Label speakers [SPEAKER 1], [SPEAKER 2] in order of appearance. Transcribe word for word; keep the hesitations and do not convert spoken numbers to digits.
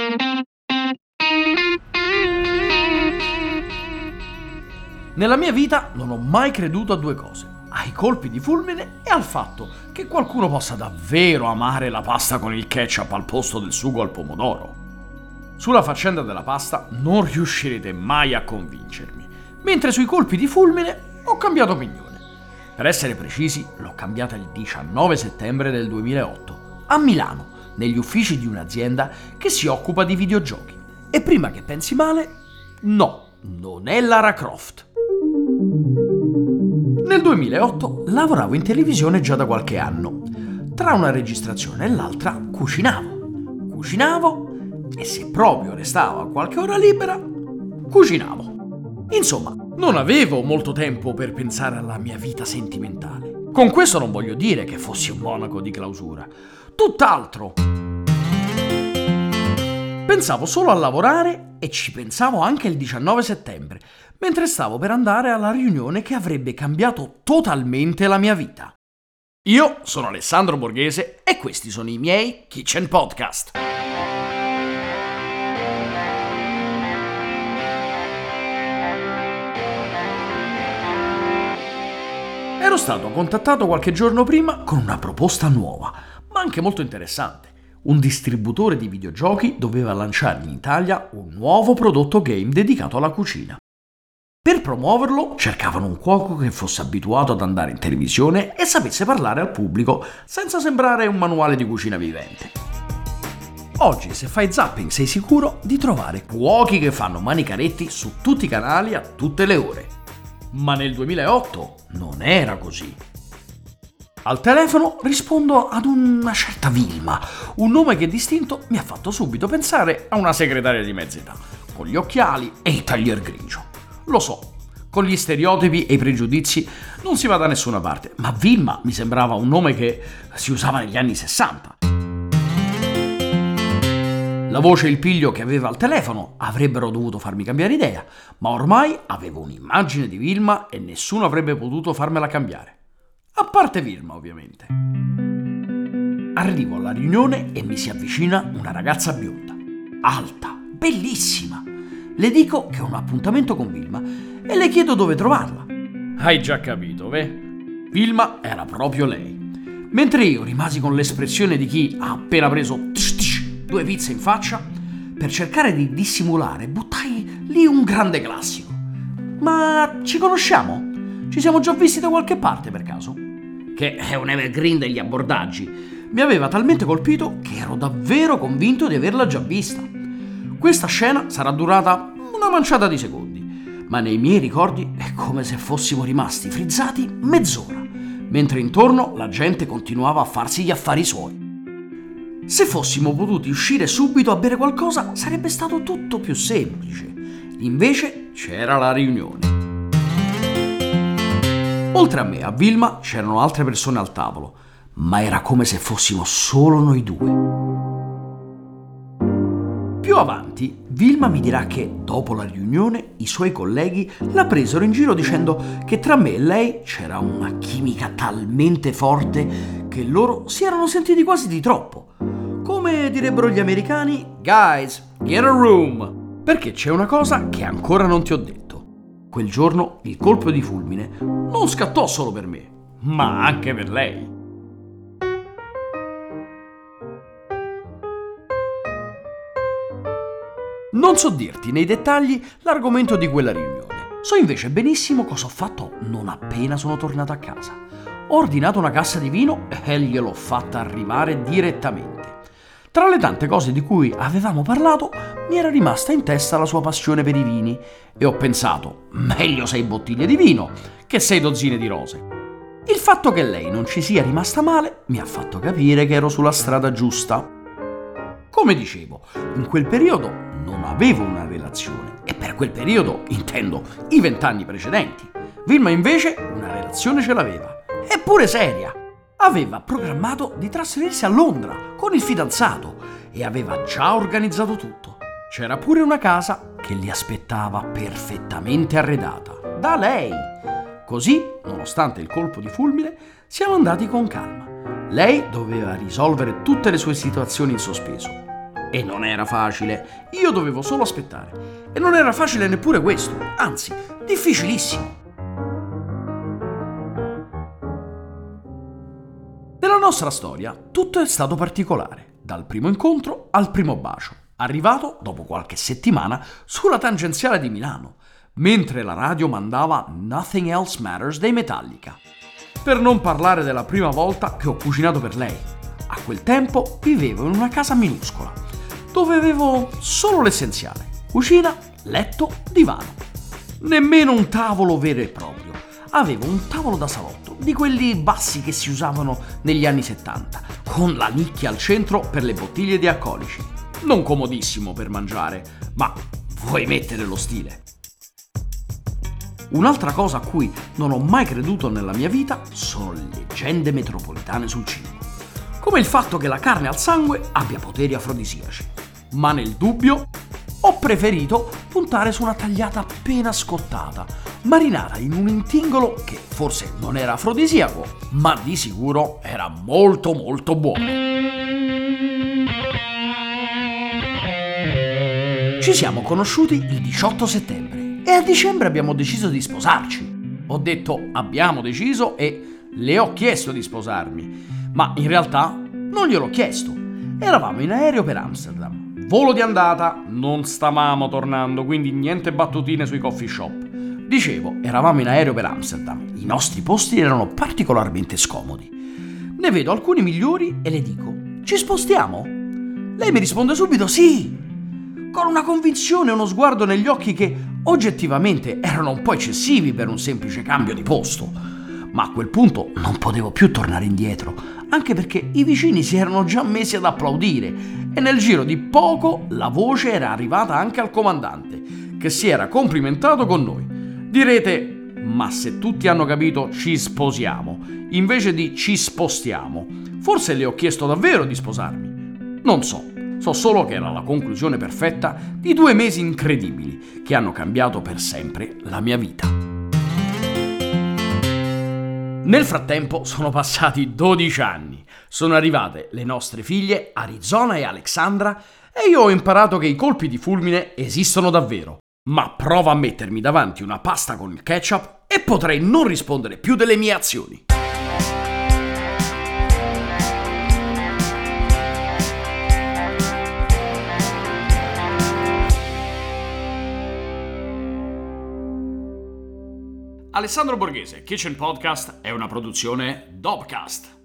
[SPEAKER 1] Nella mia vita non ho mai creduto a due cose: ai colpi di fulmine e al fatto che qualcuno possa davvero amare la pasta con il ketchup al posto del sugo al pomodoro. Sulla faccenda della pasta non riuscirete mai a convincermi, mentre sui colpi di fulmine ho cambiato opinione. Per essere precisi, l'ho cambiata il diciannove settembre del duemilaotto, a Milano, negli uffici di un'azienda che si occupa di videogiochi. E prima che pensi male, no, non è Lara Croft. Nel duemilaotto lavoravo in televisione già da qualche anno. Tra una registrazione e l'altra cucinavo. Cucinavo e se proprio restava qualche ora libera, cucinavo. Insomma, non avevo molto tempo per pensare alla mia vita sentimentale. Con questo non voglio dire che fossi un monaco di clausura. Tutt'altro. Pensavo solo a lavorare e ci pensavo anche il diciannove settembre, mentre stavo per andare alla riunione che avrebbe cambiato totalmente la mia vita. Io sono Alessandro Borghese e questi sono i miei Kitchen Podcast. Ero stato contattato qualche giorno prima con una proposta nuova, ma anche molto interessante. Un distributore di videogiochi doveva lanciare in Italia un nuovo prodotto game dedicato alla cucina. Per promuoverlo cercavano un cuoco che fosse abituato ad andare in televisione e sapesse parlare al pubblico senza sembrare un manuale di cucina vivente. Oggi, se fai zapping, sei sicuro di trovare cuochi che fanno manicaretti su tutti i canali a tutte le ore. Ma nel duemilaotto non era così. Al telefono rispondo ad una certa Vilma, un nome che distinto mi ha fatto subito pensare a una segretaria di mezza età, con gli occhiali e il taglier grigio. Lo so, con gli stereotipi e i pregiudizi non si va da nessuna parte, ma Vilma mi sembrava un nome che si usava negli anni sessanta. La voce e il piglio che aveva al telefono avrebbero dovuto farmi cambiare idea, ma ormai avevo un'immagine di Vilma e nessuno avrebbe potuto farmela cambiare. A parte Vilma, ovviamente. Arrivo alla riunione e mi si avvicina una ragazza bionda, alta, bellissima. Le dico che ho un appuntamento con Vilma e le chiedo dove trovarla. Hai già capito, beh? Vilma era proprio lei. Mentre io rimasi con l'espressione di chi ha appena preso tsh tsh, due pizze in faccia, per cercare di dissimulare buttai lì un grande classico. Ma ci conosciamo? Ci siamo già visti da qualche parte per caso? Che è un evergreen degli abbordaggi. Mi aveva talmente colpito che ero davvero convinto di averla già vista. Questa scena sarà durata una manciata di secondi, ma nei miei ricordi è come se fossimo rimasti frizzati mezz'ora, mentre intorno la gente continuava a farsi gli affari suoi. Se fossimo potuti uscire subito a bere qualcosa sarebbe stato tutto più semplice. Invece c'era la riunione. Oltre a me e a Vilma c'erano altre persone al tavolo, ma era come se fossimo solo noi due. Più avanti, Vilma mi dirà che, dopo la riunione, i suoi colleghi la presero in giro dicendo che tra me e lei c'era una chimica talmente forte che loro si erano sentiti quasi di troppo. Come direbbero gli americani, guys, get a room! Perché c'è una cosa che ancora non ti ho detto. Quel giorno il colpo di fulmine non scattò solo per me, ma anche per lei. Non so dirti nei dettagli l'argomento di quella riunione. So invece benissimo cosa ho fatto non appena sono tornato a casa. Ho ordinato una cassa di vino e gliel'ho fatta arrivare direttamente. Tra le tante cose di cui avevamo parlato, mi era rimasta in testa la sua passione per i vini e ho pensato, meglio sei bottiglie di vino che sei dozzine di rose. Il fatto che lei non ci sia rimasta male mi ha fatto capire che ero sulla strada giusta. Come dicevo, in quel periodo non avevo una relazione e per quel periodo intendo i vent'anni precedenti. Vilma invece una relazione ce l'aveva, eppure seria. Aveva programmato di trasferirsi a Londra con il fidanzato e aveva già organizzato tutto. C'era pure una casa che li aspettava perfettamente arredata da lei. Così, nonostante il colpo di fulmine, siamo andati con calma. Lei doveva risolvere tutte le sue situazioni in sospeso. E non era facile, io dovevo solo aspettare. E non era facile neppure questo, anzi, difficilissimo. Nella nostra storia tutto è stato particolare, dal primo incontro al primo bacio, arrivato, dopo qualche settimana, sulla tangenziale di Milano, mentre la radio mandava Nothing Else Matters dei Metallica. Per non parlare della prima volta che ho cucinato per lei. A quel tempo vivevo in una casa minuscola, dove avevo solo l'essenziale: cucina, letto, divano. Nemmeno un tavolo vero e proprio. Avevo un tavolo da salotto, di quelli bassi che si usavano negli anni settanta, con la nicchia al centro per le bottiglie di alcolici. Non comodissimo per mangiare, ma vuoi mettere lo stile. Un'altra cosa a cui non ho mai creduto nella mia vita sono le leggende metropolitane sul cibo. Come il fatto che la carne al sangue abbia poteri afrodisiaci. Ma nel dubbio ho preferito puntare su una tagliata appena scottata, marinata in un intingolo che forse non era afrodisiaco, ma di sicuro era molto molto buono. Ci siamo conosciuti il diciotto settembre e a dicembre abbiamo deciso di sposarci. Ho detto abbiamo deciso e le ho chiesto di sposarmi, ma in realtà non gliel'ho chiesto. Eravamo in aereo per Amsterdam. Volo di andata, non stavamo tornando, quindi niente battutine sui coffee shop. Dicevo, eravamo in aereo per Amsterdam, i nostri posti erano particolarmente scomodi. Ne vedo alcuni migliori e le dico, ci spostiamo? Lei mi risponde subito sì, con una convinzione e uno sguardo negli occhi che oggettivamente erano un po' eccessivi per un semplice cambio di posto. Ma a quel punto non potevo più tornare indietro, anche perché i vicini si erano già messi ad applaudire e nel giro di poco la voce era arrivata anche al comandante, che si era complimentato con noi. Direte, ma se tutti hanno capito ci sposiamo, invece di ci spostiamo, forse le ho chiesto davvero di sposarmi? Non so, so solo che era la conclusione perfetta di due mesi incredibili che hanno cambiato per sempre la mia vita. Nel frattempo sono passati dodici anni, sono arrivate le nostre figlie Arizona e Alexandra e io ho imparato che i colpi di fulmine esistono davvero. Ma prova a mettermi davanti una pasta con il ketchup e potrei non rispondere più delle mie azioni. Alessandro Borghese, Kitchen Podcast è una produzione Dobcast.